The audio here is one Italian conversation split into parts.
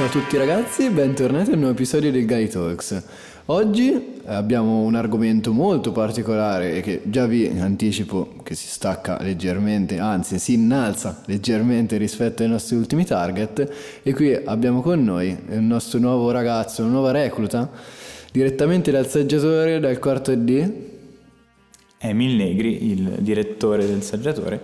tutti ragazzi, bentornati a un nuovo episodio del Guy Talks. Oggi abbiamo un argomento molto particolare e che già vi anticipo che si stacca leggermente, anzi si innalza leggermente rispetto ai nostri ultimi target, e qui abbiamo con noi il nostro nuovo ragazzo, una nuova recluta, direttamente dal Saggiatore, dal quarto D. Emil Negri, il direttore del Saggiatore.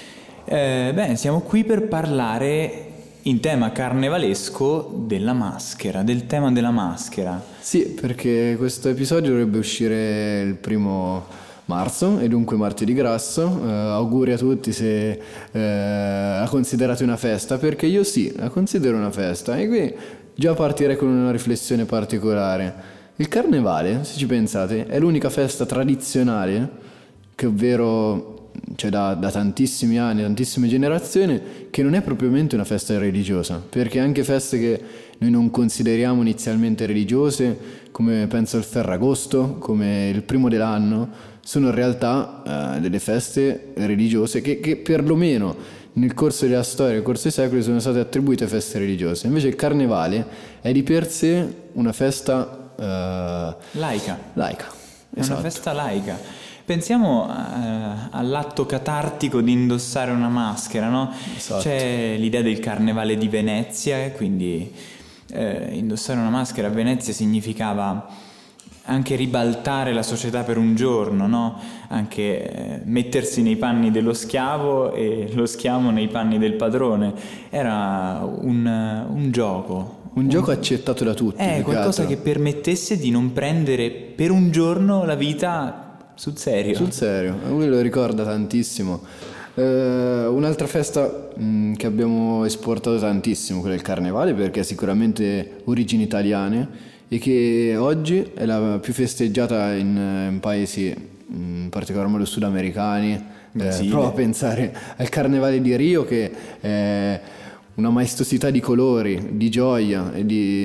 Siamo qui per parlare in tema carnevalesco della maschera, del tema della maschera. Sì, perché questo episodio dovrebbe uscire il 1 marzo e dunque martedì grasso. Auguri a tutti se la considerate una festa, perché io sì, la considero una festa. E qui già partirei con una riflessione particolare. Il carnevale, se ci pensate, è l'unica festa tradizionale che ovvero c'è da tantissimi anni, tantissime generazioni, che non è propriamente una festa religiosa, perché anche feste che noi non consideriamo inizialmente religiose, come penso il Ferragosto, come il primo dell'anno, sono in realtà delle feste religiose che perlomeno nel corso della storia, nel corso dei secoli, sono state attribuite a feste religiose. Invece il carnevale è di per sé una festa laica. È Esatto. una festa laica. Pensiamo all'atto catartico di indossare una maschera, no? Esatto. C'è l'idea del carnevale di Venezia, quindi indossare una maschera a Venezia significava anche ribaltare la società per un giorno, no? Anche mettersi nei panni dello schiavo e lo schiavo nei panni del padrone. Era un gioco. Un gioco accettato da tutti. Qualcosa che permettesse di non prendere per un giorno la vita sul serio. Sul serio, a lui lo ricorda tantissimo. Un'altra festa che abbiamo esportato tantissimo, quella del carnevale, perché ha sicuramente origini italiane e che oggi è la più festeggiata in paesi, in particolar modo sudamericani. Prova a pensare al carnevale di Rio, che è una maestosità di colori, di gioia e di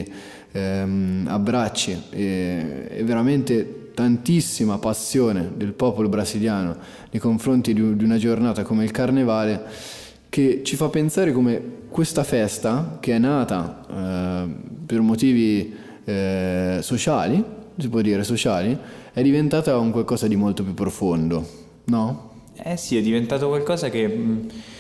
abbracci e veramente tantissima passione del popolo brasiliano nei confronti di una giornata come il carnevale, che ci fa pensare come questa festa, che è nata per motivi sociali, si può dire sociali, è diventata un qualcosa di molto più profondo, no? Sì, è diventato qualcosa che,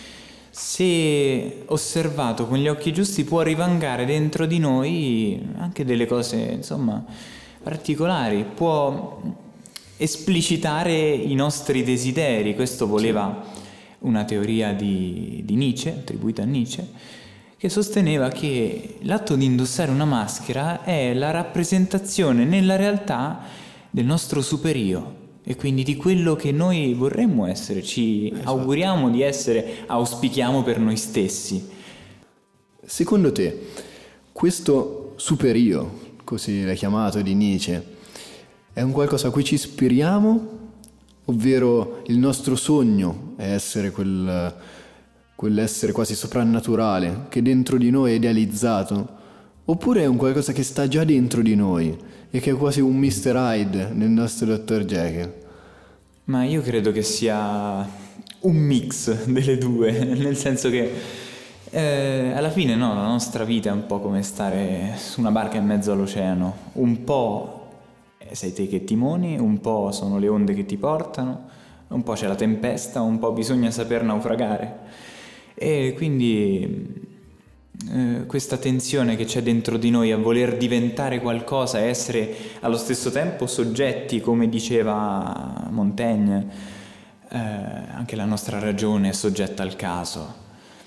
se osservato con gli occhi giusti, può rivangare dentro di noi anche delle cose, insomma, particolari, può esplicitare i nostri desideri. Questo voleva una teoria di Nietzsche, attribuita a Nietzsche, che sosteneva che l'atto di indossare una maschera è la rappresentazione nella realtà del nostro superio e quindi di quello che noi vorremmo essere, ci auguriamo di essere, auspichiamo per noi stessi. Secondo te, questo superio, così l'hai chiamato, di Nietzsche, è un qualcosa a cui ci ispiriamo, ovvero il nostro sogno è essere quell'essere quasi soprannaturale che dentro di noi è idealizzato, oppure è un qualcosa che sta già dentro di noi e che è quasi un Mr. Hyde nel nostro Dr. Jekyll? Ma io credo che sia un mix delle due, nel senso che alla fine no, la nostra vita è un po' come stare su una barca in mezzo all'oceano. Un po' sei te che timoni, un po' sono le onde che ti portano, un po' c'è la tempesta, un po' bisogna saper naufragare. E quindi questa tensione che c'è dentro di noi a voler diventare qualcosa e essere allo stesso tempo soggetti, come diceva Montaigne, anche la nostra ragione è soggetta al caso.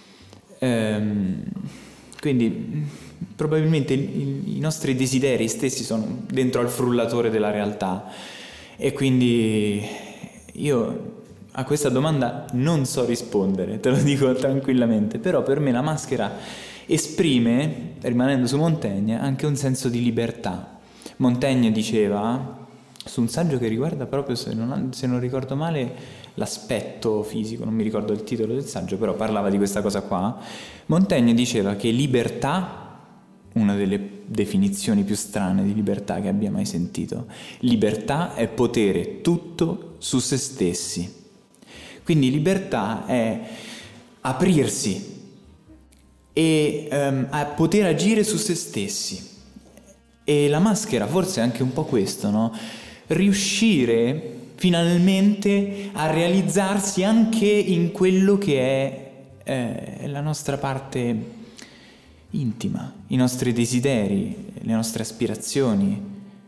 Quindi probabilmente i nostri desideri stessi sono dentro al frullatore della realtà, e quindi io a questa domanda non so rispondere, te lo dico tranquillamente, però per me la maschera esprime, rimanendo su Montaigne, anche un senso di libertà. Montaigne diceva, su un saggio che riguarda proprio, se non ricordo male, l'aspetto fisico, non mi ricordo il titolo del saggio, però parlava di questa cosa qua. Montaigne diceva che libertà, una delle definizioni più strane di libertà che abbia mai sentito, libertà è potere tutto su se stessi. Quindi libertà è aprirsi e a poter agire su se stessi. E la maschera forse è anche un po' questo, no? Riuscire finalmente a realizzarsi anche in quello che è la nostra parte intima, i nostri desideri, le nostre aspirazioni.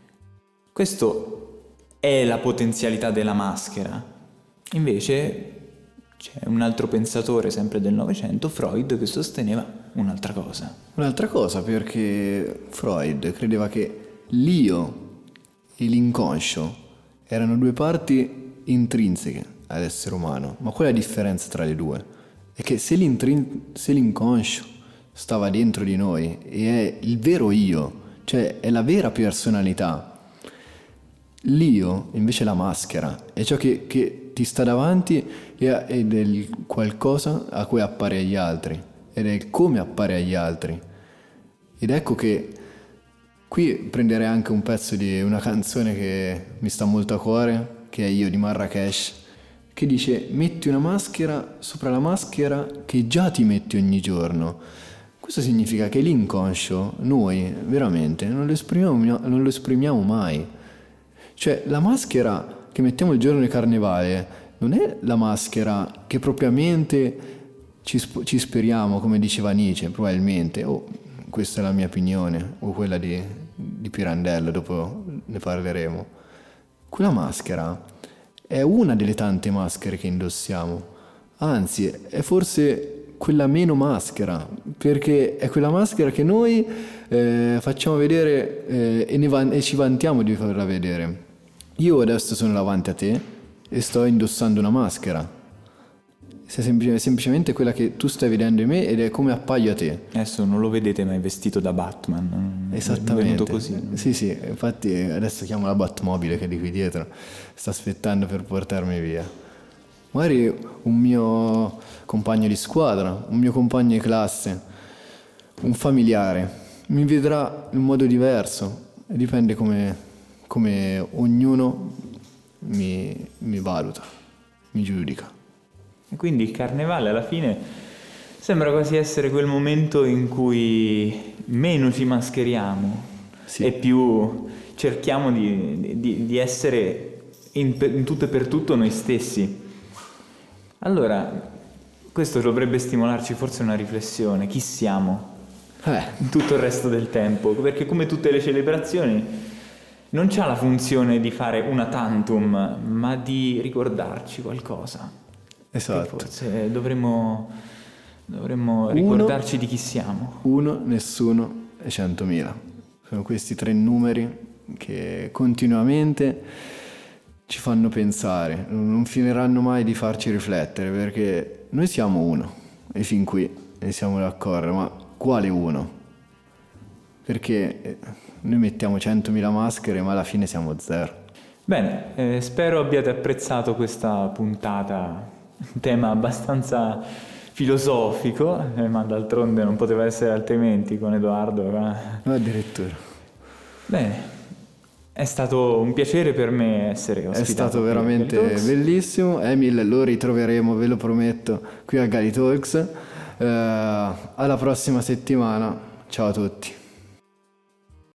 Questo è la potenzialità della maschera. Invece c'è un altro pensatore, sempre del Novecento, Freud, che sosteneva un'altra cosa. Un'altra cosa, perché Freud credeva che l'io e l'inconscio erano due parti intrinseche all'essere umano, ma qual è la differenza tra le due? È che se l'inconscio stava dentro di noi e è il vero io, cioè è la vera personalità, l'io invece è la maschera, è ciò che ti sta davanti ed è il qualcosa a cui appare agli altri, ed è il come appare agli altri. Ed ecco che qui prenderei anche un pezzo di una canzone che mi sta molto a cuore, che è Io di Marrakesh, che dice: metti una maschera sopra la maschera che già ti metti ogni giorno. Questo significa che l'inconscio noi veramente non lo esprimiamo mai. Cioè la maschera che mettiamo il giorno di carnevale non è la maschera che propriamente ci speriamo, come diceva Nietzsche, probabilmente, o questa è la mia opinione, o quella di Pirandello, dopo ne parleremo. Quella maschera è una delle tante maschere che indossiamo, anzi è forse quella meno maschera, perché è quella maschera che noi facciamo vedere e ci vantiamo di farla vedere. Io adesso sono davanti a te e sto indossando una maschera. È semplicemente quella che tu stai vedendo in me ed è come appaio a te. Adesso non lo vedete, ma è vestito da Batman. Esattamente. È venuto così. Sì, infatti adesso chiamo la Batmobile che è di qui dietro, sta aspettando per portarmi via. Magari un mio compagno di squadra, un mio compagno di classe, un familiare, mi vedrà in un modo diverso. E dipende come ognuno mi valuta, mi giudica. E quindi il carnevale alla fine sembra quasi essere quel momento in cui meno ci mascheriamo, sì, e più cerchiamo di essere in tutto e per tutto noi stessi. Allora, questo dovrebbe stimolarci forse una riflessione. Chi siamo? In tutto il resto del tempo, perché come tutte le celebrazioni non c'ha la funzione di fare una tantum, ma di ricordarci qualcosa. Esatto. E forse dovremmo ricordarci di chi siamo. 1, nessuno e 100.000. Sono questi 3 numeri che continuamente ci fanno pensare, non finiranno mai di farci riflettere, perché noi siamo uno e fin qui ne siamo d'accordo, ma quale uno? Perché noi mettiamo 100.000 maschere ma alla fine siamo 0. Bene, spero abbiate apprezzato questa puntata, un tema abbastanza filosofico, ma d'altronde non poteva essere altrimenti con Edoardo. Addirittura. Bene, è stato un piacere per me essere ospitato. È stato veramente bellissimo. Emil lo ritroveremo, ve lo prometto, qui a Gali Talks. Alla prossima settimana. Ciao a tutti.